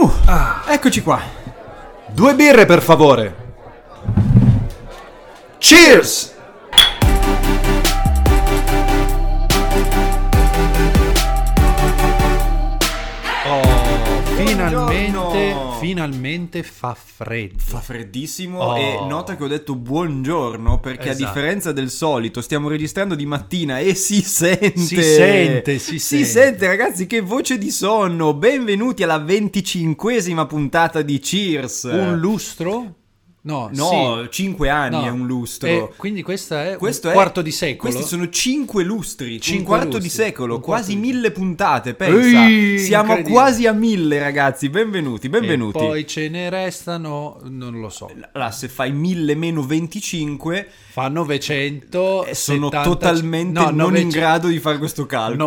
Eccoci qua. 2 birre, per favore. Cheers! Finalmente fa freddo. Fa freddissimo e nota che ho detto buongiorno perché a differenza del solito stiamo registrando di mattina e si sente. Si sente, ragazzi, che voce di sonno. Benvenuti alla 25esima puntata di Cheers. Un lustro? No, 5 anni è un lustro. Quindi questo è un quarto di secolo. Questi sono 5 lustri, un quarto di secolo, quasi 1000 puntate, pensa. Siamo quasi a 1000, ragazzi, benvenuti. E poi ce ne restano, non lo so. Allora, se fai 1000 meno 25... fa 900. Sono totalmente non in grado di fare questo calcolo.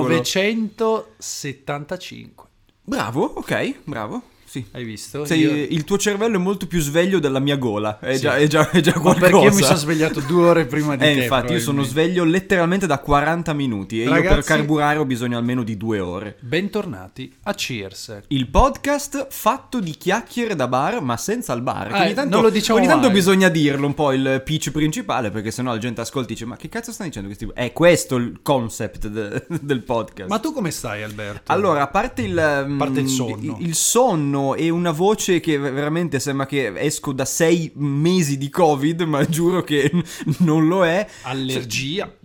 975. Bravo, ok, bravo. Sì. Hai visto? Il tuo cervello è molto più sveglio della mia gola. È già qualcosa. Ma perché io mi sono svegliato 2 ore prima di te. Infatti io sono sveglio letteralmente da 40 minuti. E ragazzi, io per carburare ho bisogno almeno di 2 ore. Bentornati a Cheers, il podcast fatto di chiacchiere da bar, ma senza il bar. Non lo diciamo ogni tanto bisogna dirlo un po' il pitch principale, perché sennò la gente ascolta e dice: ma che cazzo stanno dicendo questi? È questo il concept del podcast. Ma tu come stai, Alberto? Allora, a parte il sonno. Il sonno e una voce che veramente sembra che esco da 6 mesi di Covid, ma giuro che non lo è. Allergia,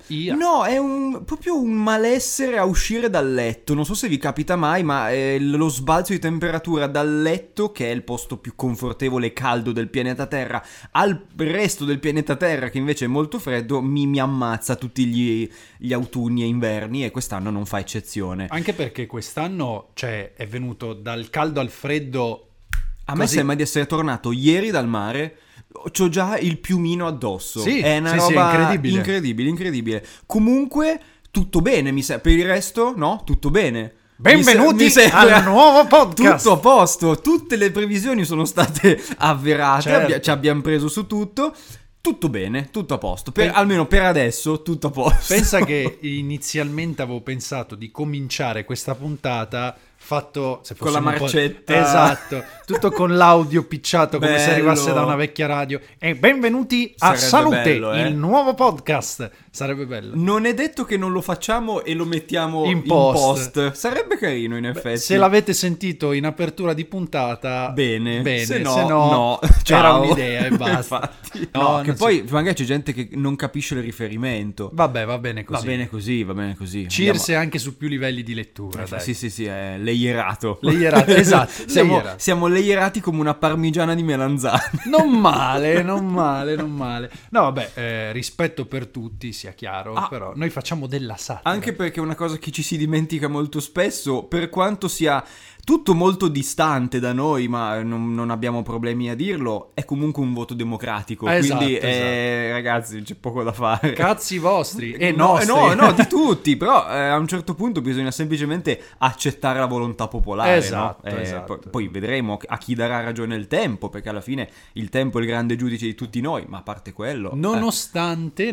No, è proprio un malessere a uscire dal letto. Non so se vi capita mai, ma lo sbalzo di temperatura dal letto, che è il posto più confortevole e caldo del pianeta Terra, al resto del pianeta Terra, che invece è molto freddo, mi ammazza tutti gli autunni e inverni, e quest'anno non fa eccezione. Anche perché quest'anno, è venuto dal caldo al freddo. A me sembra di essere tornato ieri dal mare. C'ho già il piumino addosso. Sì, è una roba incredibile. Comunque tutto bene, per il resto no, tutto bene. Benvenuti al nuovo podcast. Tutto a posto, tutte le previsioni sono state avverate, certo. Ci abbiamo preso su tutto. Tutto bene, tutto a posto, almeno per adesso tutto a posto. Pensa che inizialmente avevo pensato di cominciare questa puntata fatto con la marcetta, esatto, tutto con l'audio picciato come se arrivasse da una vecchia radio. E benvenuti a Salute, bello, il nuovo podcast. Sarebbe bello. Non è detto che non lo facciamo e lo mettiamo in post. Sarebbe carino, in effetti. Se l'avete sentito in apertura di puntata, bene. Se no, no. C'era un'idea e basta. No, che poi magari c'è gente che non capisce il riferimento. Vabbè, va bene così. Va bene così. Cheers è anche su più livelli di lettura, dai. Sì, è layerato, esatto. Siamo layerati come una parmigiana di melanzane. Non male. No, vabbè, rispetto per tutti, sia chiaro, però noi facciamo della satira. Anche perché una cosa che ci si dimentica molto spesso, per quanto sia tutto molto distante da noi, ma non abbiamo problemi a dirlo, è comunque un voto democratico. Quindi ragazzi, c'è poco da fare. Cazzi vostri e nostri. No, di tutti. Però a un certo punto bisogna semplicemente accettare la volontà popolare. Esatto. Poi vedremo a chi darà ragione il tempo, perché alla fine il tempo è il grande giudice di tutti noi. Ma a parte quello, nonostante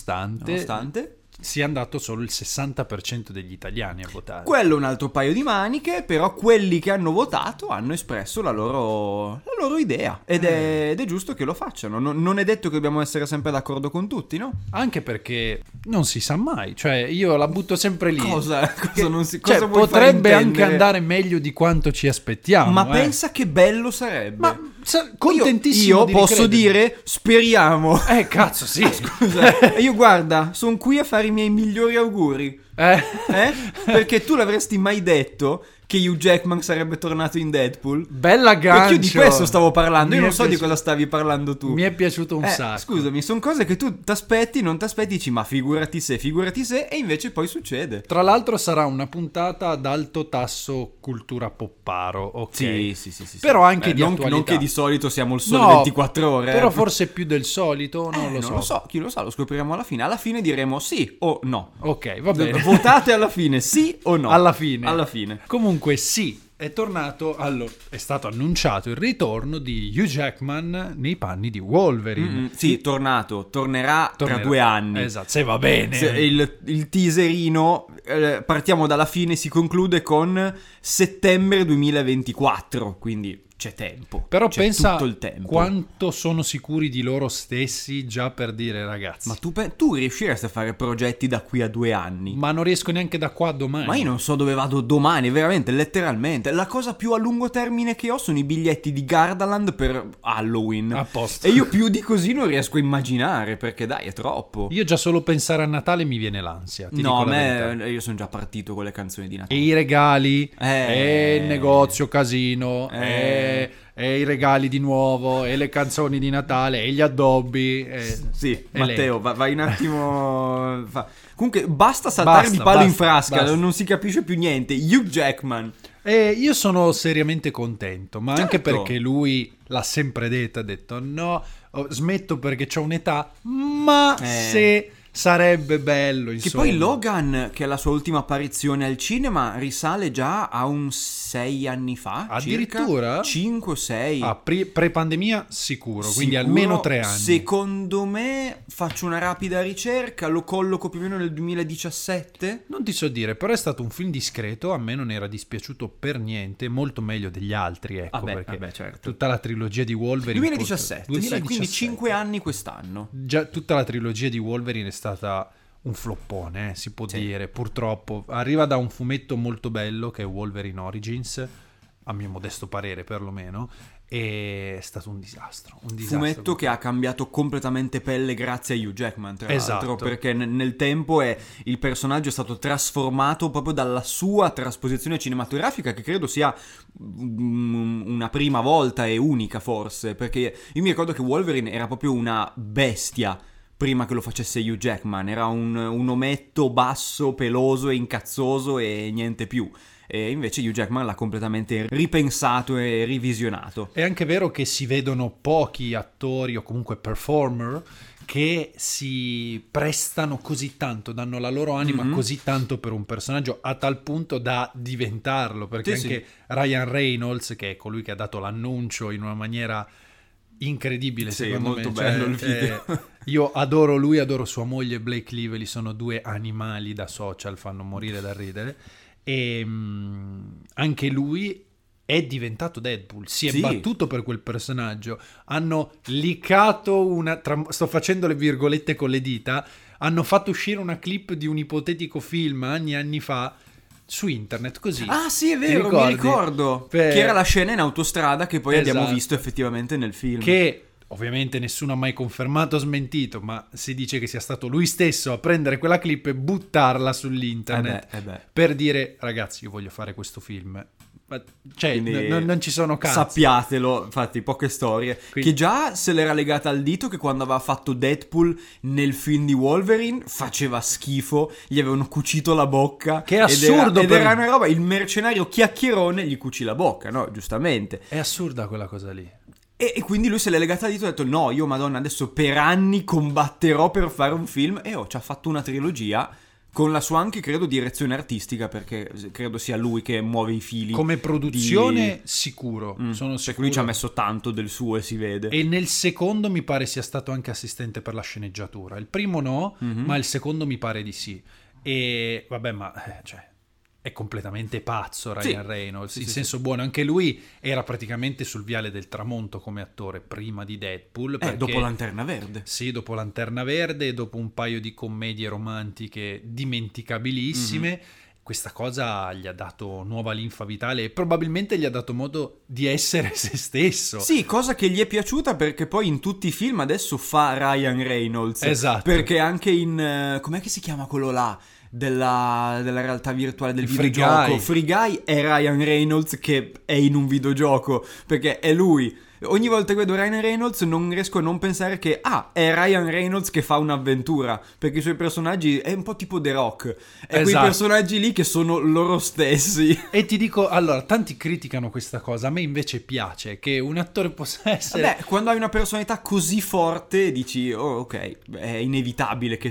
sia andato solo il 60% degli italiani a votare. Quello è un altro paio di maniche, però quelli che hanno votato hanno espresso la loro idea ed è giusto che lo facciano. Non è detto che dobbiamo essere sempre d'accordo con tutti, no? Anche perché non si sa mai, io la butto sempre lì. Cosa potrebbe anche andare meglio di quanto ci aspettiamo. Ma pensa che bello sarebbe. Ma contentissimo. Io posso dire speriamo. Cazzo, sì. Scusa. Io guarda, sono qui a fare i miei migliori auguri. Perché tu l'avresti mai detto che Hugh Jackman sarebbe tornato in Deadpool? Bella gancio. Perché io di questo stavo parlando. Io non so di cosa stavi parlando tu. Mi è piaciuto un sacco. Scusami, sono cose che tu t'aspetti, non t'aspetti, dici ma figurati se, e invece poi succede. Tra l'altro sarà una puntata ad alto tasso cultura popparo, ok? Sì. Però anche di attualità. Non che di solito siamo il sole 24 ore. Però forse più del solito, non lo so. Non lo so, chi lo sa, lo scopriremo alla fine. Alla fine diremo sì o no. Ok, va bene. Votate alla fine, sì o no. Alla fine. Alla fine. Comunque sì, è tornato, allora, è stato annunciato il ritorno di Hugh Jackman nei panni di Wolverine. Sì, tornerà tra 2 anni. Esatto, se va bene. Il teaserino, partiamo dalla fine, si conclude con settembre 2024, quindi c'è tempo. Però c'è pensa tutto il tempo. quanto sono sicuri di loro stessi già per dire ragazzi. Ma tu riusciresti a fare progetti da qui a 2 anni? Ma non riesco neanche da qua a domani. Ma io non so dove vado domani, veramente, letteralmente. La cosa più a lungo termine che ho sono i biglietti di Gardaland per Halloween. A posto. E io più di così non riesco a immaginare, perché dai, è troppo. Io già solo pensare a Natale mi viene l'ansia. No, a me io sono già partito con le canzoni di Natale. E i regali, e il negozio casino, e i regali di nuovo, e le canzoni di Natale, e gli addobbi. Sì, Matteo, vai un attimo. Comunque, basta saltare di palo in frasca, non si capisce più niente. Hugh Jackman. Io sono seriamente contento, ma anche Certo. perché lui l'ha sempre detto, ha detto no, smetto perché c'ho un'età, ma se sarebbe bello, insomma. Che poi Logan, che è la sua ultima apparizione al cinema, risale già a un 6 anni fa. Addirittura? 5-6. Pre-pandemia sicuro, quindi almeno 3 anni. Secondo me, faccio una rapida ricerca, lo colloco più o meno nel 2017. Non ti so dire, però è stato un film discreto, a me non era dispiaciuto per niente, molto meglio degli altri, ecco, perché certo. tutta la trilogia di Wolverine 2017, sì, quindi 5 anni quest'anno. Già tutta la trilogia di Wolverine è stata un floppone, si può dire, purtroppo. Arriva da un fumetto molto bello che è Wolverine Origins, a mio modesto parere perlomeno, e è stato un disastro. Fumetto che ha cambiato completamente pelle grazie a Hugh Jackman, tra l'altro, perché nel tempo il personaggio è stato trasformato proprio dalla sua trasposizione cinematografica, che credo sia una prima volta e unica forse, perché io mi ricordo che Wolverine era proprio una bestia prima che lo facesse Hugh Jackman, era un ometto basso, peloso e incazzoso e niente più. E invece Hugh Jackman l'ha completamente ripensato e revisionato. È anche vero che si vedono pochi attori o comunque performer che si prestano così tanto, danno la loro anima così tanto per un personaggio a tal punto da diventarlo, perché anche Ryan Reynolds, che è colui che ha dato l'annuncio in una maniera incredibile, secondo me, molto bello il video. Io adoro lui, adoro sua moglie Blake Lively, sono due animali da social, fanno morire da ridere. E anche lui è diventato Deadpool, si è battuto per quel personaggio, hanno leakato sto facendo le virgolette con le dita, hanno fatto uscire una clip di un ipotetico film anni fa su internet, così. Ah sì, è vero, mi ricordo che era la scena in autostrada che poi abbiamo visto effettivamente nel film, che ovviamente nessuno ha mai confermato o smentito, ma si dice che sia stato lui stesso a prendere quella clip e buttarla sull'internet per dire ragazzi, io voglio fare questo film. Cioè, non ci sono cazzi. Sappiatelo, infatti, poche storie. Che già se l'era legata al dito che quando aveva fatto Deadpool nel film di Wolverine faceva schifo, gli avevano cucito la bocca. Che è assurdo. Ed era una roba, il mercenario chiacchierone gli cuci la bocca, no? Giustamente. È assurda quella cosa lì. E quindi lui se l'è legata al dito e ha detto no, io madonna adesso per anni combatterò per fare un film, e ci ha fatto una trilogia con la sua anche credo direzione artistica, perché credo sia lui che muove i fili come produzione sicuro, sono sicuro. Lui ci ha messo tanto del suo e si vede. E nel secondo mi pare sia stato anche assistente per la sceneggiatura, il primo no, ma il secondo mi pare di sì. E vabbè, ma è completamente pazzo Ryan Reynolds, in senso buono. Anche lui era praticamente sul viale del tramonto come attore prima di Deadpool, perché, dopo Lanterna Verde. Sì, dopo Lanterna Verde e dopo un paio di commedie romantiche dimenticabilissime. Questa cosa gli ha dato nuova linfa vitale e probabilmente gli ha dato modo di essere se stesso. Sì, cosa che gli è piaciuta, perché poi in tutti i film adesso fa Ryan Reynolds. Esatto. Perché anche in com'è che si chiama quello là della realtà virtuale del videogioco, Free Guy, è Ryan Reynolds che è in un videogioco, perché è lui. Ogni volta che vedo Ryan Reynolds non riesco a non pensare che è Ryan Reynolds che fa un'avventura, perché i suoi personaggi è un po' tipo The Rock, è quei personaggi lì che sono loro stessi. E ti dico, allora, tanti criticano questa cosa, a me invece piace che un attore possa essere... Quando hai una personalità così forte dici ok, è inevitabile che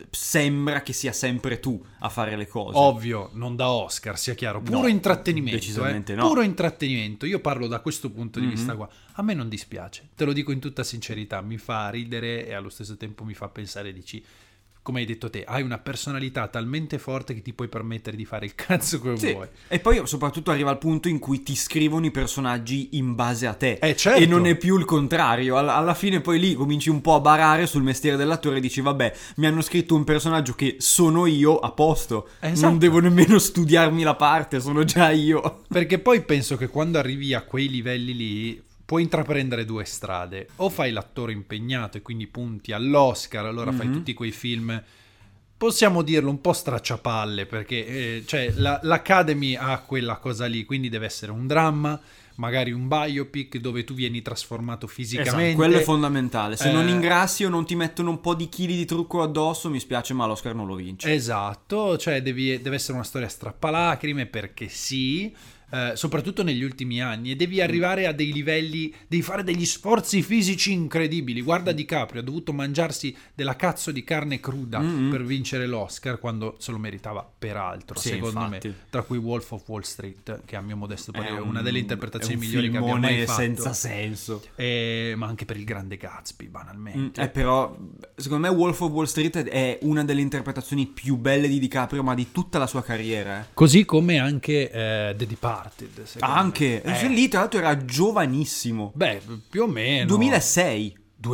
sembra che sia sempre tu a fare le cose. Ovvio, non da Oscar, sia chiaro, puro intrattenimento. Decisamente no. Puro intrattenimento. Io parlo da questo punto di vista qua. A me non dispiace, te lo dico in tutta sincerità, mi fa ridere e allo stesso tempo mi fa pensare, dici, come hai detto te, hai una personalità talmente forte che ti puoi permettere di fare il cazzo che vuoi. E poi soprattutto arriva al punto in cui ti scrivono i personaggi in base a te. Certo. E non è più il contrario. Alla fine poi lì cominci un po' a barare sul mestiere dell'attore e dici vabbè, mi hanno scritto un personaggio che sono io, a posto. Esatto. Non devo nemmeno studiarmi la parte, sono già io. Perché poi penso che quando arrivi a quei livelli lì puoi intraprendere due strade. O fai l'attore impegnato e quindi punti all'Oscar, allora fai tutti quei film, possiamo dirlo, un po' stracciapalle, perché cioè, l'Academy ha quella cosa lì, quindi deve essere un dramma, magari un biopic dove tu vieni trasformato fisicamente. Esatto, quello è fondamentale. Se non ingrassi o non ti mettono un po' di chili di trucco addosso, mi spiace, ma l'Oscar non lo vince. Esatto, cioè deve essere una storia strappalacrime, perché sì, soprattutto negli ultimi anni, e devi arrivare a dei livelli, devi fare degli sforzi fisici incredibili. Guarda DiCaprio, ha dovuto mangiarsi della cazzo di carne cruda per vincere l'Oscar, quando se lo meritava peraltro, secondo infatti. me, tra cui Wolf of Wall Street, che a mio modesto parere è una delle interpretazioni migliori che abbiamo mai fatto, senza senso, ma anche per il grande Gatsby, banalmente. Però secondo me Wolf of Wall Street è una delle interpretazioni più belle di DiCaprio, ma di tutta la sua carriera. Così come anche The Departed. Anche lì tra l'altro era giovanissimo. Beh, più o meno 2006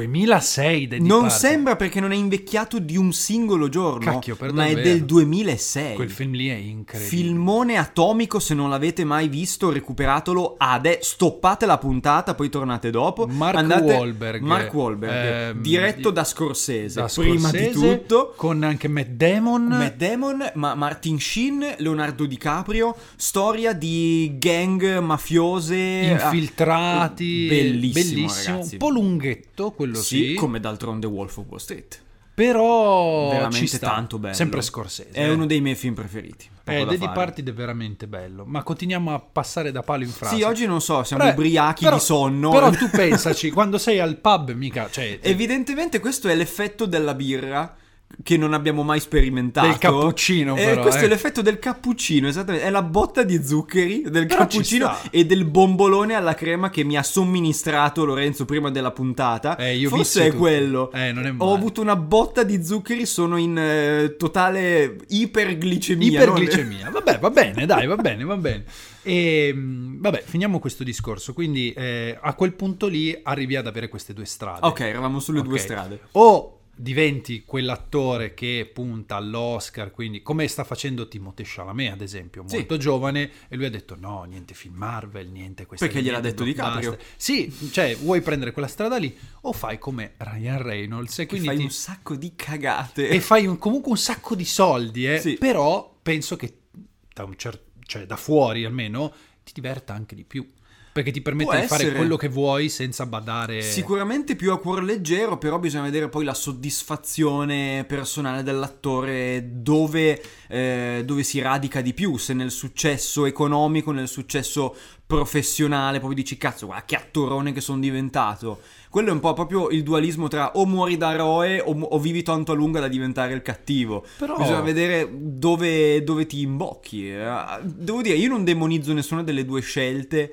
The non Departed. sembra, perché non è invecchiato di un singolo giorno. Cacchio, per ma davvero. è del 2006. Quel film lì è incredibile. Filmone atomico, se non l'avete mai visto recuperatelo stoppate la puntata, poi tornate dopo. Mark Wahlberg, diretto da Scorsese, prima di tutto, con anche Matt Damon, ma Martin Sheen, Leonardo DiCaprio, storia di gang mafiose infiltrati, bellissimo ragazzi. un po' lunghetto quello, sì, come d'altronde Wolf of Wall Street, però veramente ci sta. tanto bello, sempre Scorsese, è uno dei miei film preferiti. The Departed è veramente bello, ma continuiamo a passare da palo in frase. Sì, oggi non so, siamo ubriachi di sonno. Però tu pensaci, quando sei al pub, mica, cioè, evidentemente questo è l'effetto della birra che non abbiamo mai sperimentato. Del cappuccino, però. Questo è l'effetto del cappuccino, esattamente. È la botta di zuccheri del però cappuccino e del bombolone alla crema che mi ha somministrato Lorenzo prima della puntata. Forse è quello. Non è male. Ho avuto una botta di zuccheri, sono in totale iperglicemia. Vabbè, va bene, dai, va bene. E vabbè, finiamo questo discorso. Quindi a quel punto lì arrivi ad avere queste due strade. Ok, eravamo sulle due strade. O diventi quell'attore che punta all'Oscar, quindi come sta facendo Timothée Chalamet ad esempio, molto giovane, e lui ha detto no, niente film Marvel, niente questa. Perché gliel'ha detto DiCaprio. Sì, cioè vuoi prendere quella strada lì o fai come Ryan Reynolds e quindi fai un sacco di cagate e fai comunque un sacco di soldi, Sì. Però penso che cioè da fuori almeno ti diverta anche di più, perché ti permette di fare quello che vuoi senza badare. Sicuramente più a cuor leggero, però bisogna vedere poi la soddisfazione personale dell'attore dove si radica di più, se nel successo economico, nel successo professionale, poi dici cazzo, guarda che attorone che sono diventato. Quello è un po' proprio il dualismo tra o muori da eroe o vivi tanto a lungo da diventare il cattivo. Però bisogna vedere dove ti imbocchi. Devo dire, io non demonizzo nessuna delle due scelte.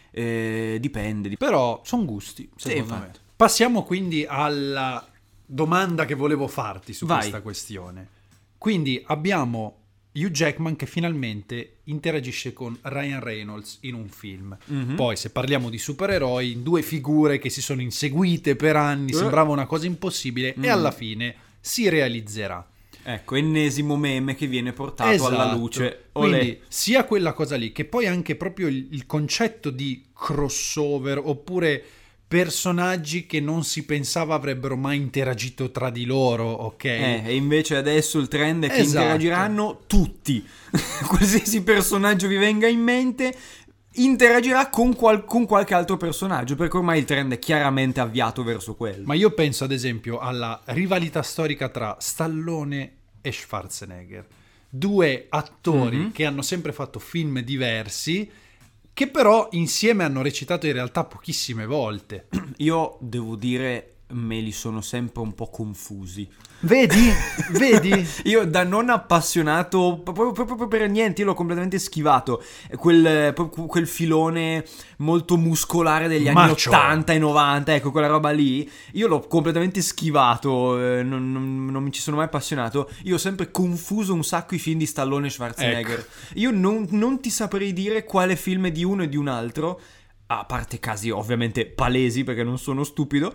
Dipende. Però sono gusti, secondo me. Passiamo quindi alla domanda che volevo farti su questa questione. Quindi abbiamo Hugh Jackman che finalmente interagisce con Ryan Reynolds in un film. Poi se parliamo di supereroi, due figure che si sono inseguite per anni, sembrava una cosa impossibile e alla fine si realizzerà. Ecco, ennesimo meme che viene portato alla luce. Quindi sia quella cosa lì, che poi anche proprio il concetto di crossover, oppure personaggi che non si pensava avrebbero mai interagito tra di loro, ok? E invece adesso il trend è che interagiranno tutti. Qualsiasi personaggio vi venga in mente interagirà con qualche altro personaggio, perché ormai il trend è chiaramente avviato verso quello. Ma io penso ad esempio alla rivalità storica tra Stallone e Schwarzenegger, due attori che hanno sempre fatto film diversi, che però insieme hanno recitato in realtà pochissime volte. Io devo dire me li sono sempre un po' confusi. Vedi? Io da non appassionato proprio per niente, io l'ho completamente schivato. Quel filone molto muscolare degli anni Macho. 80 e 90, ecco, quella roba lì, io l'ho completamente schivato, non mi ci sono mai appassionato. Io ho sempre confuso un sacco i film di Stallone e Schwarzenegger. Ecco. Io non ti saprei dire quale film è di uno e di un altro, a parte casi ovviamente palesi perché non sono stupido,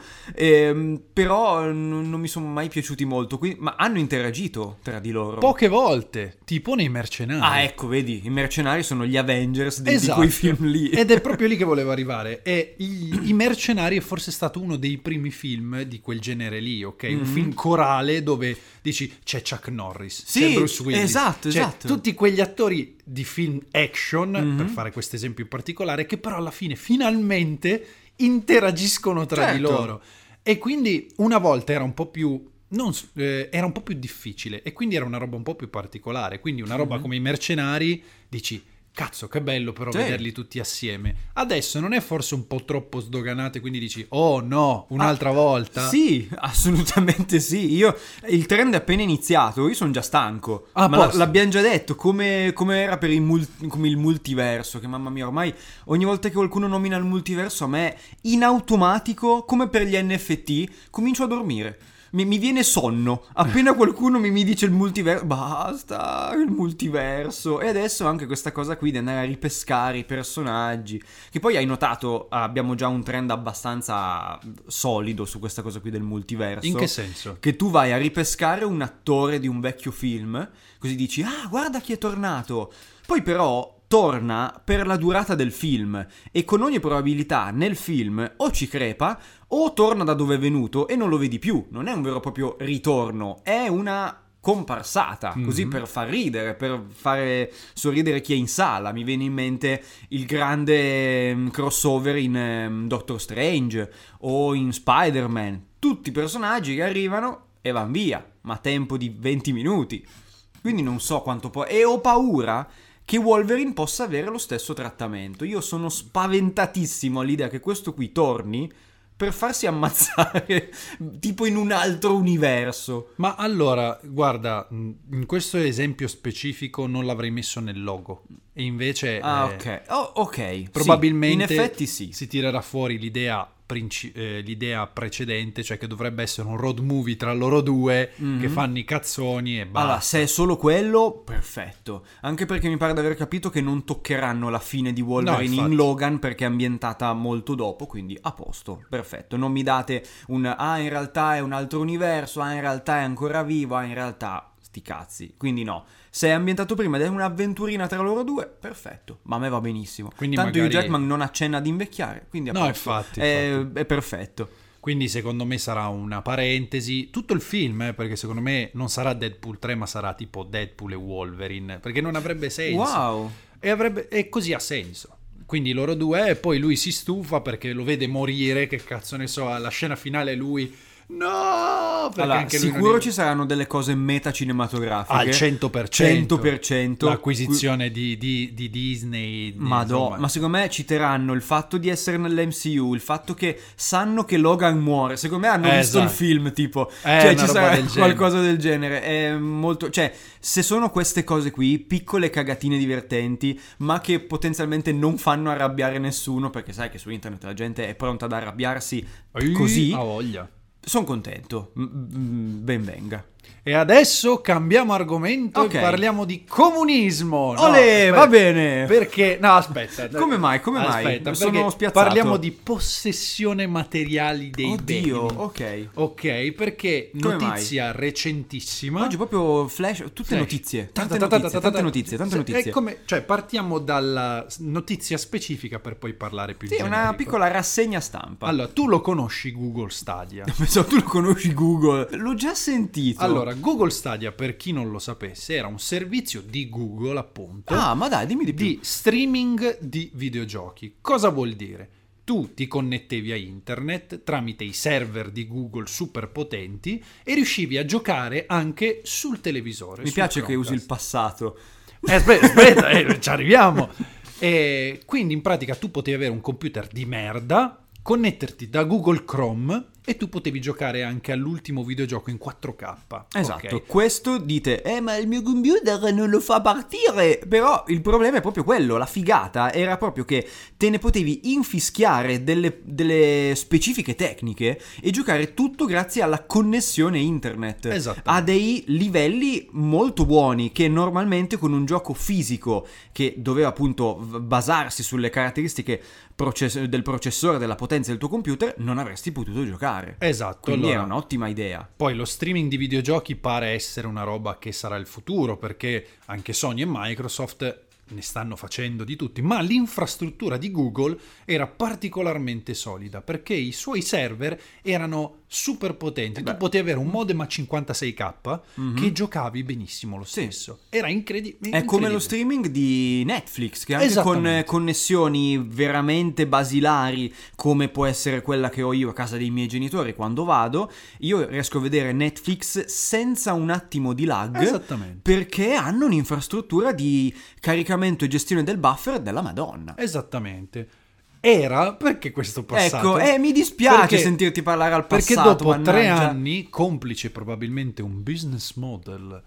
però non mi sono mai piaciuti molto, ma hanno interagito tra di loro. Poche volte, tipo nei Mercenari. Ah, ecco, vedi, i Mercenari sono gli Avengers di Esatto. quei film lì. Ed è proprio lì che volevo arrivare. E I Mercenari è forse stato uno dei primi film di quel genere lì, ok? Un film corale dove dici c'è Chuck Norris, Sì, c'è Bruce Willis, esatto, c'è esatto. tutti quegli attori di film action, per fare questo esempio in particolare, che però alla fine finalmente interagiscono tra di Certo. loro. E quindi una volta era un po' più era un po' più difficile e quindi era una roba un po' più particolare. Quindi una roba come i Mercenari, dici cazzo che bello però Sì. vederli tutti assieme. Adesso non è forse un po' troppo sdoganato e quindi dici oh no, un'altra volta? Sì, assolutamente sì. Il trend è appena iniziato, io sono già stanco. Ah, Ma posto. l'abbiamo già detto, come era per come il multiverso, che mamma mia, ormai ogni volta che qualcuno nomina il multiverso a me, in automatico, come per gli NFT, comincio a dormire. Mi viene sonno. Appena qualcuno mi dice il multiverso, basta, il multiverso. E adesso anche questa cosa qui di andare a ripescare i personaggi. Che poi hai notato, abbiamo già un trend abbastanza solido su questa cosa qui del multiverso. In che senso? Che tu vai a ripescare un attore di un vecchio film, così dici, ah, guarda chi è tornato. Poi però torna per la durata del film e con ogni probabilità nel film o ci crepa o torna da dove è venuto e non lo vedi più. Non è un vero e proprio ritorno, è una comparsata, così per far ridere, per fare sorridere chi è in sala. Mi viene in mente il grande crossover in Doctor Strange o in Spider-Man. Tutti i personaggi che arrivano e van via, ma tempo di 20 minuti. Quindi non so quanto può... E ho paura che Wolverine possa avere lo stesso trattamento. Io sono spaventatissimo all'idea che questo qui torni per farsi ammazzare tipo in un altro universo. Ma allora, guarda, in questo esempio specifico non l'avrei messo nel logo. E invece Ok. Oh, ok. probabilmente Sì, in effetti sì. si tirerà fuori l'idea precedente, cioè che dovrebbe essere un road movie tra loro due che fanno i cazzoni e basta. Allora, se è solo quello, perfetto. Anche perché mi pare di aver capito che non toccheranno la fine di Wolverine infatti. in Logan perché è ambientata molto dopo, quindi a posto, perfetto. Non mi date in realtà è un altro universo, in realtà è ancora vivo, in realtà sti cazzi. Quindi no, se è ambientato prima ed è un'avventurina tra loro due, perfetto, ma a me va benissimo. Quindi Tanto magari... Hugh Jackman non accenna ad invecchiare, quindi a No, posto. infatti. È perfetto. Quindi secondo me sarà una parentesi, tutto il film, perché secondo me non sarà Deadpool 3, ma sarà tipo Deadpool e Wolverine, perché non avrebbe senso. Wow. E così ha senso. Quindi loro due, e poi lui si stufa perché lo vede morire, che cazzo ne so, alla scena finale lui... No! Perché Allora, anche lui sicuro non è... ci saranno delle cose metacinematografiche al 100%. 100%. L'acquisizione di Disney. Madonna, ma secondo me citeranno il fatto di essere nell'MCU, il fatto che sanno che Logan muore. Secondo me hanno visto il film, tipo, cioè una ci roba sarà del qualcosa del genere. È molto, cioè, se sono queste cose qui, piccole cagatine divertenti, ma che potenzialmente non fanno arrabbiare nessuno, perché sai che su internet la gente è pronta ad arrabbiarsi così. Ha voglia. Sono contento. Ben venga. E adesso cambiamo argomento Ok. e parliamo di comunismo. No, Olè, aspetta. va bene. Perché? No, aspetta. Come mai? Come mai? Aspetta, Sono perché spiazzato. parliamo di possessione materiali dei beni. Oddio, ok. Ok, perché Come notizia recentissima. Oggi proprio flash, tutte Flash. notizie. Tante notizie. È come, cioè, partiamo dalla notizia specifica per poi parlare più Sì, è una generico. piccola rassegna stampa. Allora, tu lo conosci Google Stadia? Pensavo tu lo conosci Google. L'ho già sentito. Allora, Google Stadia, per chi non lo sapesse, era un servizio di Google, appunto, Ah, ma dai, dimmi di più. di streaming di videogiochi. Cosa vuol dire? Tu ti connettevi a internet tramite i server di Google super potenti e riuscivi a giocare anche sul televisore. Mi sul piace che usi il Chromecast. passato. Aspetta, ci arriviamo. E quindi in pratica tu potevi avere un computer di merda connetterti da Google Chrome e tu potevi giocare anche all'ultimo videogioco in 4K. Esatto, Ok. questo dite, ma il mio computer non lo fa partire. Però il problema è proprio quello, la figata era proprio che te ne potevi infischiare delle specifiche tecniche e giocare tutto grazie alla connessione internet. Esattamente. A dei livelli molto buoni che normalmente con un gioco fisico che doveva appunto basarsi sulle caratteristiche del processore, della potenza del tuo computer, non avresti potuto giocare. Esatto. Quindi Allora, era un'ottima idea. poi lo streaming di videogiochi pare essere una roba che sarà il futuro, perché anche Sony e Microsoft ne stanno facendo di tutti, ma l'infrastruttura di Google era particolarmente solida perché i suoi server erano super potenti. Tu potevi avere un modem a 56k che giocavi benissimo lo stesso. Era incredibile. È come lo streaming di Netflix, che anche con connessioni veramente basilari, come può essere quella che ho io a casa dei miei genitori quando vado, io riesco a vedere Netflix senza un attimo di lag. Esattamente. Perché hanno un'infrastruttura di caricamento e gestione del buffer della Madonna. Esattamente. Era perché questo passato. Ecco, mi dispiace sentirti parlare al passato. Perché dopo mannaggia. 3 anni, complice probabilmente un business model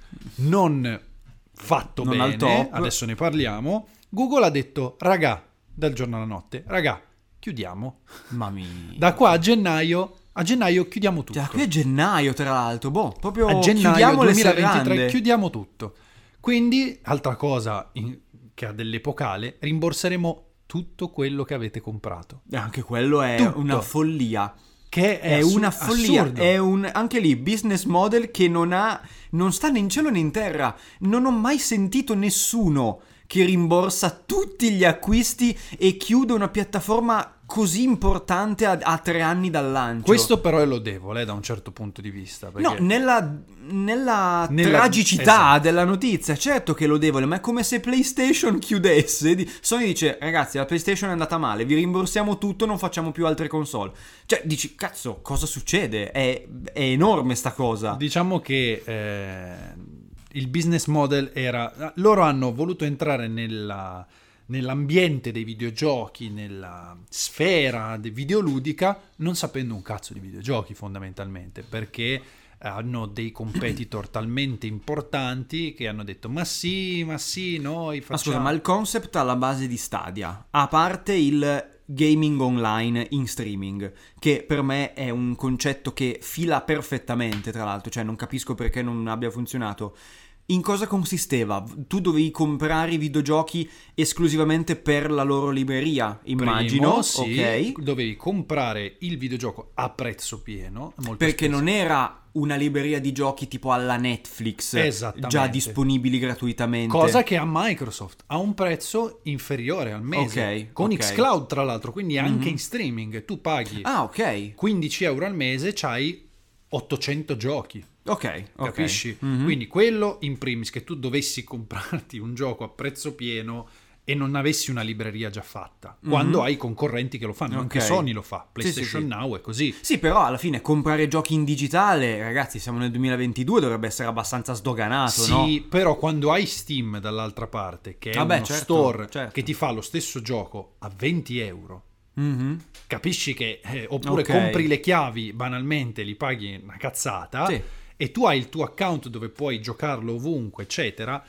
non fatto Non al bene, top. adesso ne parliamo, Google ha detto, raga, dal giorno alla notte, raga, chiudiamo. Mamma mia. Da qua a gennaio chiudiamo tutto. Cioè, qui è gennaio, tra l'altro. Proprio A gennaio chiudiamo 2023 le serrande. chiudiamo tutto. Quindi, altra cosa che ha dell'epocale, rimborseremo tutto quello che avete comprato. Anche quello è Tutto. una follia. Che è una follia, assurdo. è anche lì business model che non sta né in cielo né in terra. Non ho mai sentito nessuno che rimborsa tutti gli acquisti e chiude una piattaforma così importante a 3 anni dal lancio. Questo però è lodevole da un certo punto di vista. Perché... No, nella tragicità della notizia, certo che è lodevole, ma è come se PlayStation chiudesse. Sony dice, ragazzi, la PlayStation è andata male, vi rimborsiamo tutto, non facciamo più altre console. Cioè, dici, cazzo, cosa succede? È enorme sta cosa. Diciamo che il business model era... Loro hanno voluto entrare nell'ambiente dei videogiochi, nella sfera videoludica, non sapendo un cazzo di videogiochi fondamentalmente, perché hanno dei competitor talmente importanti che hanno detto ma sì, noi facciamo... Ma scusa, ma il concept alla base di Stadia, a parte il gaming online in streaming, che per me è un concetto che fila perfettamente, tra l'altro, cioè non capisco perché non abbia funzionato. In cosa consisteva? Tu dovevi comprare i videogiochi esclusivamente per la loro libreria, immagino. Primo, sì, ok. Dovevi comprare il videogioco a prezzo pieno. Molto Perché spesso. non era una libreria di giochi tipo alla Netflix, Esattamente. già disponibili gratuitamente. Cosa che a Microsoft ha un prezzo inferiore al mese. Ok, con ok. xCloud, tra l'altro, quindi anche in streaming. Tu paghi Ah, ok. 15 euro al mese, c'hai 800 giochi. Ok. Capisci? Mhm. Quindi quello in primis, che tu dovessi comprarti un gioco a prezzo pieno e non avessi una libreria già fatta, quando hai concorrenti che lo fanno. Ok. Anche Sony lo fa, Sì, PlayStation sì. Now è così. Sì, però alla fine comprare giochi in digitale, ragazzi, siamo nel 2022, dovrebbe essere abbastanza sdoganato, no? Sì, però quando hai Steam dall'altra parte, che è Vabbè, uno certo, store certo. che ti fa lo stesso gioco a 20 euro, Mhm. capisci che... oppure Ok. compri le chiavi, banalmente, li paghi una cazzata, Sì. e tu hai il tuo account dove puoi giocarlo ovunque, eccetera,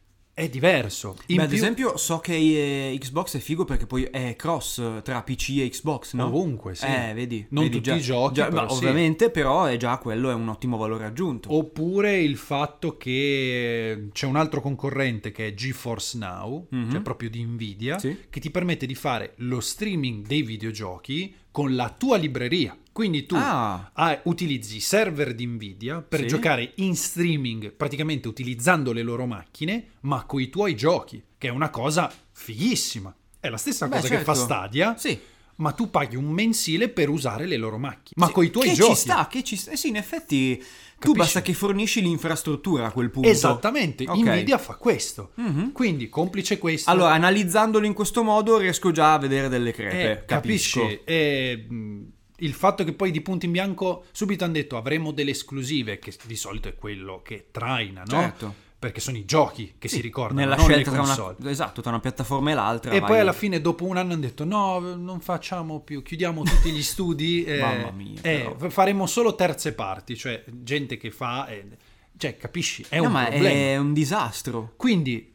è diverso. In Beh, ad più, esempio, so che Xbox è figo perché poi è cross tra PC e Xbox, no? ovunque, sì. Vedi. Non vedi, tutti già, i giochi, già, però beh, sì. ovviamente, però è già quello è un ottimo valore aggiunto. Oppure il fatto che c'è un altro concorrente che è GeForce Now, cioè proprio di Nvidia, Sì. che ti permette di fare lo streaming dei videogiochi con la tua libreria. Quindi tu utilizzi i server di Nvidia per Sì. giocare in streaming, praticamente utilizzando le loro macchine, ma con i tuoi giochi, che è una cosa fighissima. È la stessa Beh, cosa che fa certo. Stadia, Sì. ma tu paghi un mensile per usare le loro macchine. Ma Sì, con i tuoi che giochi. Ci sta. Sì, in effetti tu Capisci? basta che fornisci l'infrastruttura a quel punto. Esattamente, Ok. Nvidia fa questo. Mhm. Quindi, complice questo... Allora, analizzandolo in questo modo riesco già a vedere delle crepe, capisco. capisci? Il fatto che poi di punto in bianco subito hanno detto avremo delle esclusive, che di solito è quello che traina, no? Certo. perché sono i giochi che si ricordano, nella non scelta le tra console. tra una piattaforma e l'altra. E poi alla fine, dopo un anno, hanno detto no, non facciamo più, chiudiamo tutti gli studi, Mamma mia, però. faremo solo terze parti, cioè gente che fa, cioè capisci, è No, un ma problema. è un disastro. Quindi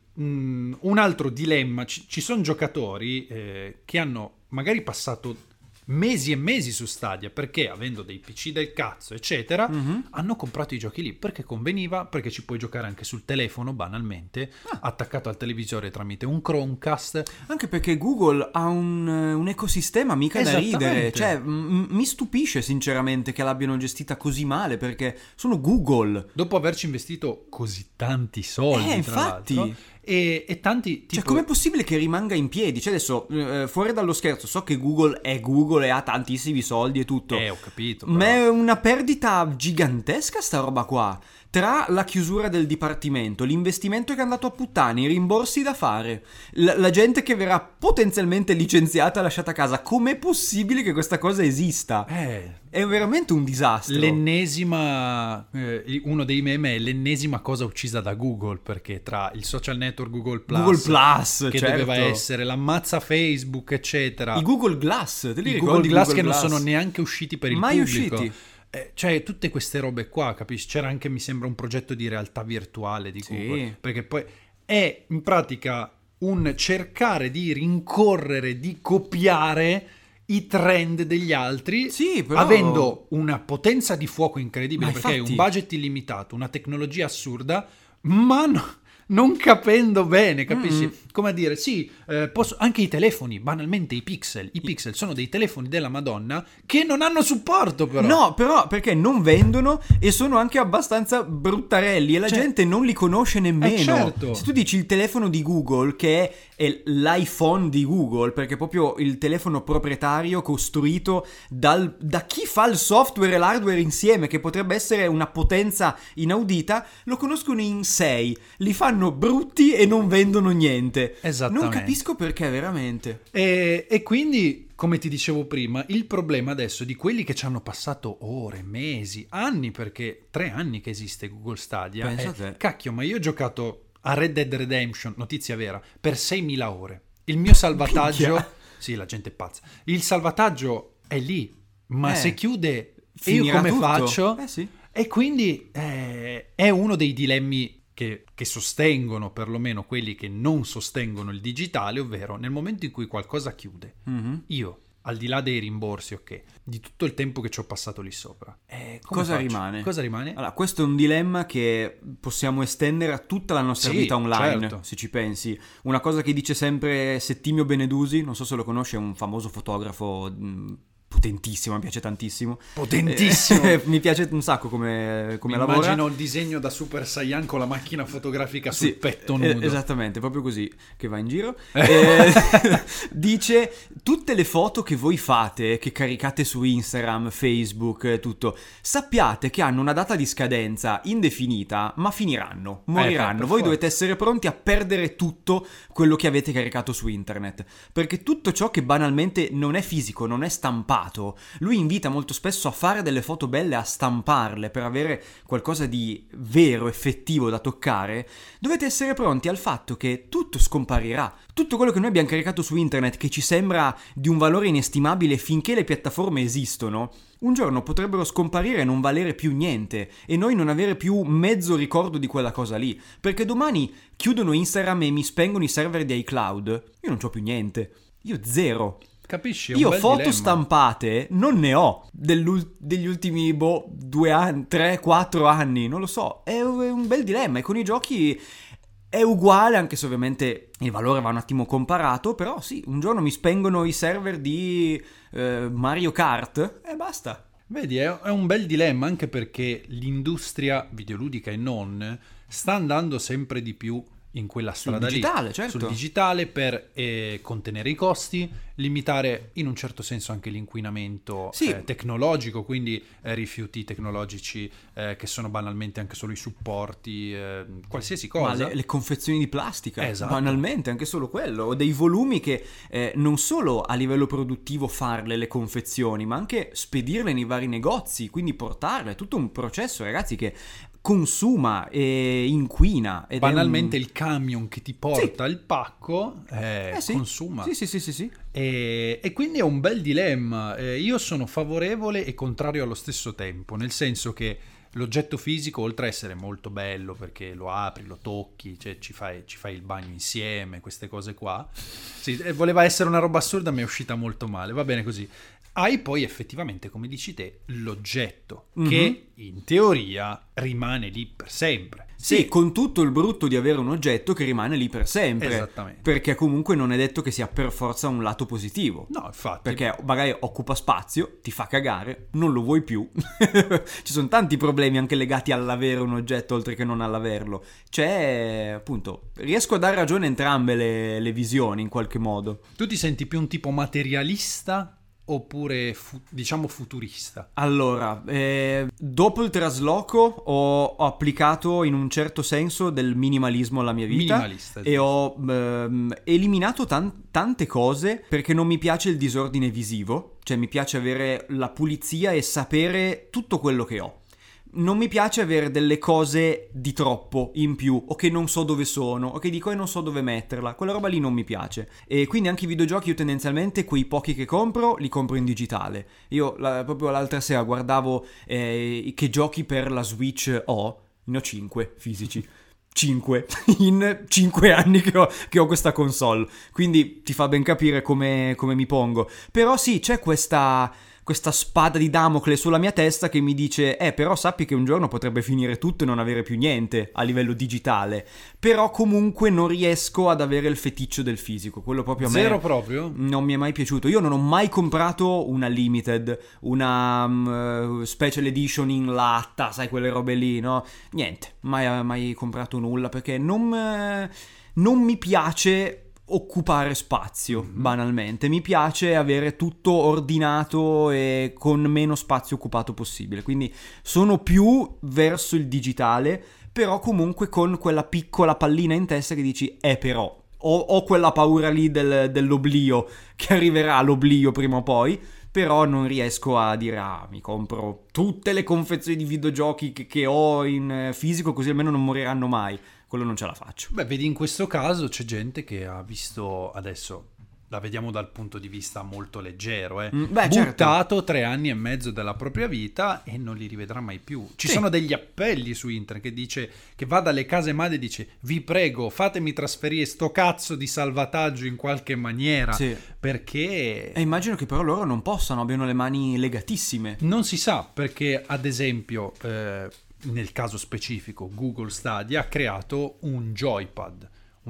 un altro dilemma, ci sono giocatori che hanno magari passato mesi e mesi su Stadia perché avendo dei PC del cazzo eccetera hanno comprato i giochi lì perché conveniva, perché ci puoi giocare anche sul telefono banalmente attaccato al televisore tramite un Chromecast, Anche perché Google ha un ecosistema mica da ridere. Esattamente. Cioè, mi stupisce sinceramente che l'abbiano gestita così male, perché sono Google. dopo averci investito così tanti soldi tra Infatti. l'altro e tanti tipo Cioè, com'è possibile che rimanga in piedi? Cioè, adesso, fuori dallo scherzo, so che Google è Google e ha tantissimi soldi e tutto. ho capito, Ma però. è una perdita gigantesca sta roba qua. Tra la chiusura del dipartimento, l'investimento che è andato a puttane, i rimborsi da fare, la gente che verrà potenzialmente licenziata e lasciata a casa, com'è possibile che questa cosa esista? È veramente un disastro. L'ennesima, uno dei meme è l'ennesima cosa uccisa da Google, perché tra il social network Google Plus, che certo. doveva essere l'ammazza Facebook eccetera, I Google Glass, te li i ricordi? Google Glass Google che Glass? non sono neanche usciti per il Mai pubblico. usciti. Cioè tutte queste robe qua, capisci? C'era anche, mi sembra, un progetto di realtà virtuale di Sì. Google, perché poi è in pratica un cercare di rincorrere, di copiare i trend degli altri, Sì, però... avendo una potenza di fuoco incredibile, Ma perché hai un infatti- budget illimitato, una tecnologia assurda, ma non capendo bene, capisci? Come a dire, sì, anche i telefoni, banalmente i pixel sono dei telefoni della Madonna che non hanno supporto però. No, però perché non vendono e sono anche abbastanza bruttarelli e la Cioè- gente non li conosce nemmeno. certo. Se tu dici il telefono di Google, che è l'iPhone di Google, perché è proprio il telefono proprietario costruito da chi fa il software e l'hardware insieme, che potrebbe essere una potenza inaudita, lo conoscono in 6, li fanno brutti e non vendono niente. Esattamente. Non capisco perché, veramente. E quindi, come ti dicevo prima, il problema adesso di quelli che ci hanno passato ore, mesi, anni, perché 3 anni che esiste Google Stadia, Pensa è, a te. cacchio, ma io ho giocato a Red Dead Redemption, notizia vera, per 6.000 ore. Il mio salvataggio... Minchia. Sì, la gente è pazza. Il salvataggio è lì, ma se chiude, e io Finirà come tutto. faccio? Sì. E quindi è uno dei dilemmi che sostengono, perlomeno quelli che non sostengono il digitale, ovvero nel momento in cui qualcosa chiude, io, al di là dei rimborsi, ok, di tutto il tempo che ci ho passato lì sopra, come Cosa faccio? rimane? Cosa rimane? Allora, questo è un dilemma che possiamo estendere a tutta la nostra Sì, vita online, certo. se ci pensi. Una cosa che dice sempre Settimio Benedusi, non so se lo conosci, è un famoso fotografo potentissimo, mi piace tantissimo. Potentissimo. Mi piace un sacco come lavora. Immagino il disegno da Super Saiyan con la macchina fotografica sul Sì, petto nudo. esattamente, proprio così che va in giro. Dice: tutte le foto che voi fate, che caricate su Instagram, Facebook, tutto, sappiate che hanno una data di scadenza indefinita, ma finiranno, moriranno. per Voi forza. dovete essere pronti a perdere tutto quello che avete caricato su internet, perché tutto ciò che banalmente non è fisico, non è stampato, lui invita molto spesso a fare delle foto belle, a stamparle per avere qualcosa di vero, effettivo da toccare. Dovete essere pronti al fatto che tutto scomparirà. Tutto quello che noi abbiamo caricato su internet, che ci sembra di un valore inestimabile finché le piattaforme esistono, un giorno potrebbero scomparire e non valere più niente, e noi non avere più mezzo ricordo di quella cosa lì, perché domani chiudono Instagram e mi spengono i server di iCloud, io non c'ho più niente, io zero. Capisci? È un Io bel foto dilemma. stampate non ne ho degli ultimi 2 anni, 3-4 anni, non lo so, è un bel dilemma, e con i giochi è uguale, anche se ovviamente il valore va un attimo comparato, però sì, un giorno mi spengono i server di Mario Kart e basta. Vedi, è un bel dilemma, anche perché l'industria videoludica e non sta andando sempre di più in quella strada digitale, lì, certo. sul digitale, per contenere i costi, limitare in un certo senso anche l'inquinamento Sì. tecnologico, quindi rifiuti tecnologici che sono banalmente anche solo i supporti, qualsiasi cosa. Ma le confezioni di plastica, Esatto. banalmente, anche solo quello, o dei volumi che non solo a livello produttivo farle le confezioni, ma anche spedirle nei vari negozi, quindi portarle, è tutto un processo, ragazzi, che consuma e inquina. Ed banalmente il camion che ti porta il pacco sì. consuma. Sì. E quindi è un bel dilemma. Io sono favorevole e contrario allo stesso tempo, nel senso che l'oggetto fisico, oltre a essere molto bello perché lo apri, lo tocchi, cioè ci fai il bagno insieme, queste cose qua. Sì, voleva essere una roba assurda, mi è uscita molto male, va bene così. Hai poi effettivamente, come dici te, l'oggetto che in teoria rimane lì per sempre. Sì, con tutto il brutto di avere un oggetto che rimane lì per sempre. Esattamente. Perché comunque non è detto che sia per forza un lato positivo. No, infatti. Perché magari occupa spazio, ti fa cagare, non lo vuoi più. Ci sono tanti problemi anche legati all'avere un oggetto oltre che non all'averlo. C'è, appunto, riesco a dare ragione a entrambe le visioni in qualche modo. Tu ti senti più un tipo materialista oppure diciamo futurista? Allora, dopo il trasloco ho applicato in un certo senso del minimalismo alla mia vita. Minimalista, e ho eliminato tante cose perché non mi piace il disordine visivo, cioè mi piace avere la pulizia e sapere tutto quello che ho. Non mi piace avere delle cose di troppo in più, o che non so dove sono, o che dico non so dove metterla. Quella roba lì non mi piace. E quindi anche i videogiochi io tendenzialmente quei pochi che compro li compro in digitale. Io proprio l'altra sera guardavo che giochi per la Switch ne ho 5 fisici. 5 in 5 anni che ho questa console. Quindi ti fa ben capire come mi pongo. Però sì, c'è questa spada di Damocle sulla mia testa che mi dice però sappi che un giorno potrebbe finire tutto e non avere più niente a livello digitale. Però comunque non riesco ad avere il feticcio del fisico. Quello proprio a me zero proprio? Non mi è mai piaciuto. Io non ho mai comprato una limited, una special edition in latta, sai, quelle robe lì, no? Niente, mai comprato nulla perché non mi piace occupare spazio, banalmente. Mi piace avere tutto ordinato e con meno spazio occupato possibile. Quindi sono più verso il digitale, però comunque con quella piccola pallina in testa che dici però ho quella paura lì dell'oblio, che arriverà l'oblio prima o poi. Però non riesco a dire mi compro tutte le confezioni di videogiochi che ho in fisico, così almeno non moriranno mai. Quello non ce la faccio. Beh, vedi, in questo caso c'è gente che ha visto, adesso la vediamo dal punto di vista molto leggero, buttato certo 3 anni e mezzo della propria vita e non li rivedrà mai più. Ci sono degli appelli su internet che dice, che va dalle case madri e dice: vi prego, fatemi trasferire sto cazzo di salvataggio in qualche maniera, perché immagino che però loro non possano, abbiano le mani legatissime. Non si sa, perché ad esempio nel caso specifico Google Stadia ha creato un joypad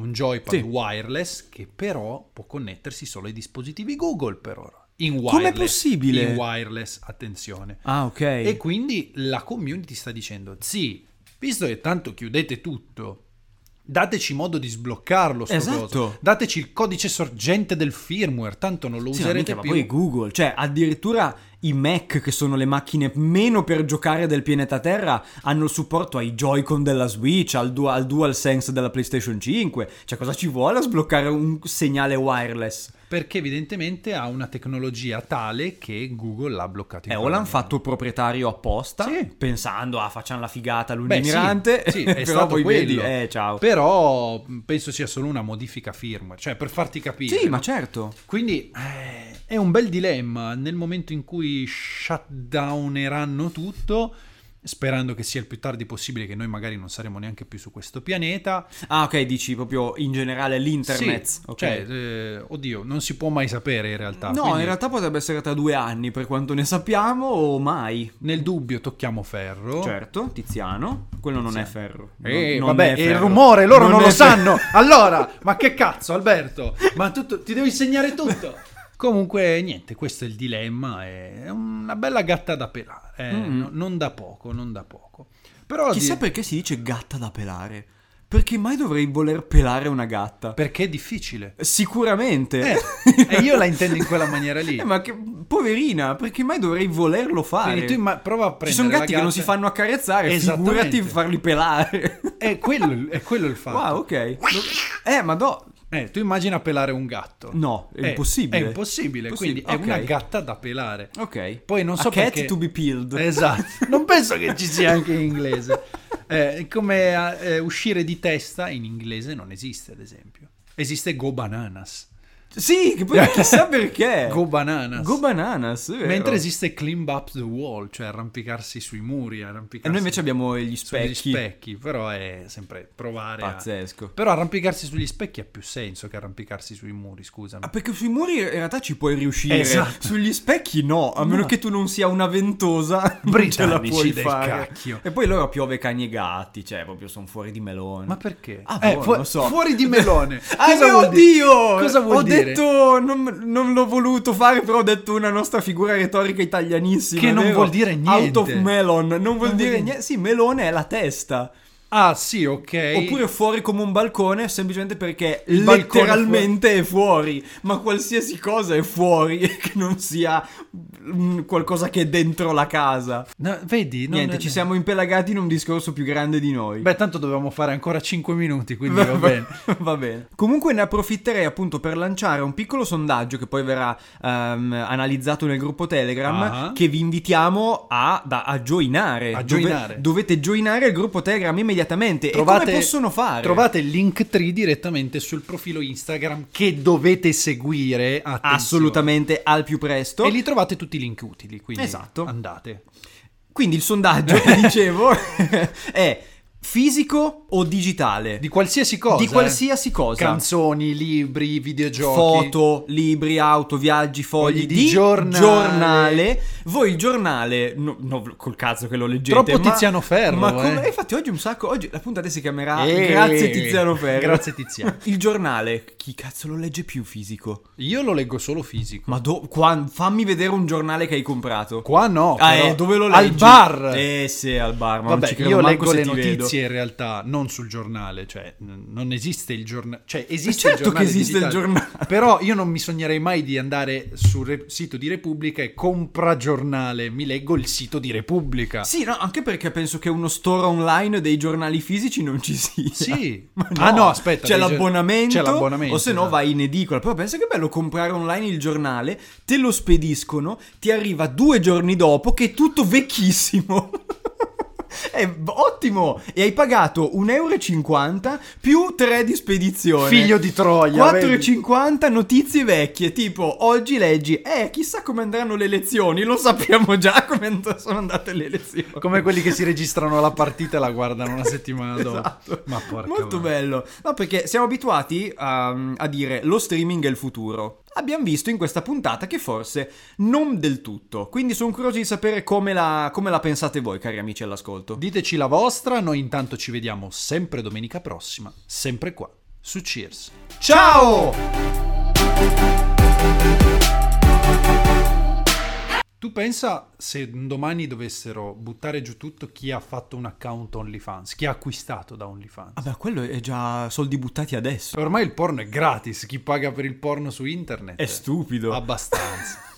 wireless che però può connettersi solo ai dispositivi Google per ora. Com'è possibile? In wireless, attenzione. Ok. E quindi la community sta dicendo: sì, visto che tanto chiudete tutto, dateci modo di sbloccarlo sto coso. Dateci il codice sorgente del firmware, tanto non lo userete più. Ma poi Google, cioè addirittura i Mac, che sono le macchine meno per giocare del pianeta Terra, hanno il supporto ai Joy-Con della Switch, al DualSense della PlayStation 5. Cioè, cosa ci vuole a sbloccare un segnale wireless? Perché evidentemente ha una tecnologia tale che Google l'ha bloccato. O l'hanno fatto proprietario apposta, pensando facciano la figata lungimirante. Sì, è però stato poi quello. Vedi, ciao. Però penso sia solo una modifica firmware, cioè per farti capire. Sì, ma certo. Quindi è un bel dilemma nel momento in cui shutdowneranno tutto, sperando che sia il più tardi possibile, che noi magari non saremo neanche più su questo pianeta. Ok, dici proprio in generale l'internet. Sì, okay. Cioè, oddio, non si può mai sapere in realtà. No, quindi in realtà potrebbe essere tra 2 anni, per quanto ne sappiamo, o mai. Nel dubbio tocchiamo ferro. Certo, Tiziano. Quello non è ferro. Vabbè, è il rumore, loro non lo sanno. Allora, ma che cazzo, Alberto? Ma ti devo insegnare tutto. Comunque, niente, questo è il dilemma. È una bella gatta da pelare. Non da poco. Però chissà perché si dice gatta da pelare. Perché mai dovrei voler pelare una gatta? Perché è difficile. Sicuramente. E io la intendo in quella maniera lì. Ma che poverina, perché mai dovrei volerlo fare? Quindi tu prova a prendere. Ci sono gatti che non si fanno accarezzare, figurati farli pelare. È quello il fatto. Wow, ok. Tu immagina pelare un gatto. No, è impossibile. È impossibile, quindi è una gatta da pelare. Ok. Poi non so perché. A cat to be peeled. Esatto. Non penso che ci sia anche in inglese. Come uscire di testa in inglese non esiste, ad esempio. Esiste Go Bananas. Sì, che poi chissà perché. Go Bananas. Go Bananas, è vero. Mentre esiste Climb Up the Wall, cioè arrampicarsi sui muri, E noi invece abbiamo gli specchi. Sugli specchi, però è sempre provare Pazzesco. Però arrampicarsi sugli specchi ha più senso che arrampicarsi sui muri, scusami. Perché sui muri in realtà ci puoi riuscire. Esatto. Sugli specchi no, a meno che tu non sia una ventosa, non ce la puoi del fare. cacchio. E poi loro piove cani e gatti, cioè proprio sono fuori di melone. Ma perché? Non lo so. Fuori di melone. Cosa vuol dire? Dio! Cosa vuol ho dire? detto, non l'ho voluto fare, però ho detto una nostra figura retorica italianissima. Che non vero? vuol dire niente. Out of melon, non vuol dire niente. Sì, melone è la testa. Ah, sì, ok. Oppure fuori come un balcone, semplicemente perché Il balcone letteralmente è fuori. Ma qualsiasi cosa è fuori, che non sia qualcosa che è dentro la casa. No, vedi? Niente, ci siamo impelagati in un discorso più grande di noi. Beh, tanto dovevamo fare ancora 5 minuti, quindi va bene. Va bene. Comunque ne approfitterei appunto per lanciare un piccolo sondaggio che poi verrà analizzato nel gruppo Telegram, che vi invitiamo a joinare. Dovete joinare il gruppo Telegram immediatamente. E come possono fare? Trovate il Linktree direttamente sul profilo Instagram che dovete seguire. Attenzione. Assolutamente al più presto. E lì trovate tutti i link utili, quindi esatto. Andate. Quindi il sondaggio che dicevo è: fisico o digitale? Di qualsiasi cosa. Di qualsiasi cosa. Canzoni, libri, videogiochi. Foto, libri, auto, viaggi, fogli di giornale. Voi il giornale, col cazzo che lo leggete. Troppo Tiziano Ferro. Ma infatti oggi oggi la puntata si chiamerà Grazie Tiziano Ferro. Grazie Tiziano. Il giornale, chi cazzo lo legge più fisico? Io lo leggo solo fisico. Ma fammi vedere un giornale che hai comprato. Qua no. Dove lo leggi? Al bar. Sì, al bar. Ma vabbè, non ci credo io manco leggo se le ti notizie vedo. In realtà non sul giornale, cioè non esiste il giornale, cioè esiste certo il giornale che esiste digitale, il giornale. però io non mi sognerei mai di andare sul sito di Repubblica e compra giornale, mi leggo il sito di Repubblica. Sì, no, anche perché penso che uno store online dei giornali fisici non ci sia. Sì. Ma no, aspetta, c'è l'abbonamento, o se no vai in edicola. Però pensa che bello comprare online il giornale, te lo spediscono, ti arriva 2 giorni dopo che è tutto vecchissimo. È ottimo! E hai pagato 1,50 € più 3 di spedizione. Figlio di Troia. 4,50 notizie vecchie. Tipo, oggi leggi, chissà come andranno le elezioni. Lo sappiamo già come sono andate le elezioni. Come quelli che si registrano la partita e la guardano una settimana dopo. Esatto. Ma porca molto bello. No, perché siamo abituati a dire lo streaming è il futuro. Abbiamo visto in questa puntata che forse non del tutto. Quindi sono curioso di sapere come la pensate voi, cari amici all'ascolto. Diteci la vostra, noi intanto ci vediamo sempre domenica prossima, sempre qua, su Cheers. Ciao! Tu pensa se domani dovessero buttare giù tutto chi ha fatto un account OnlyFans, chi ha acquistato da OnlyFans? Vabbè, quello è già soldi buttati adesso. Ormai il porno è gratis, chi paga per il porno su internet è stupido. Abbastanza.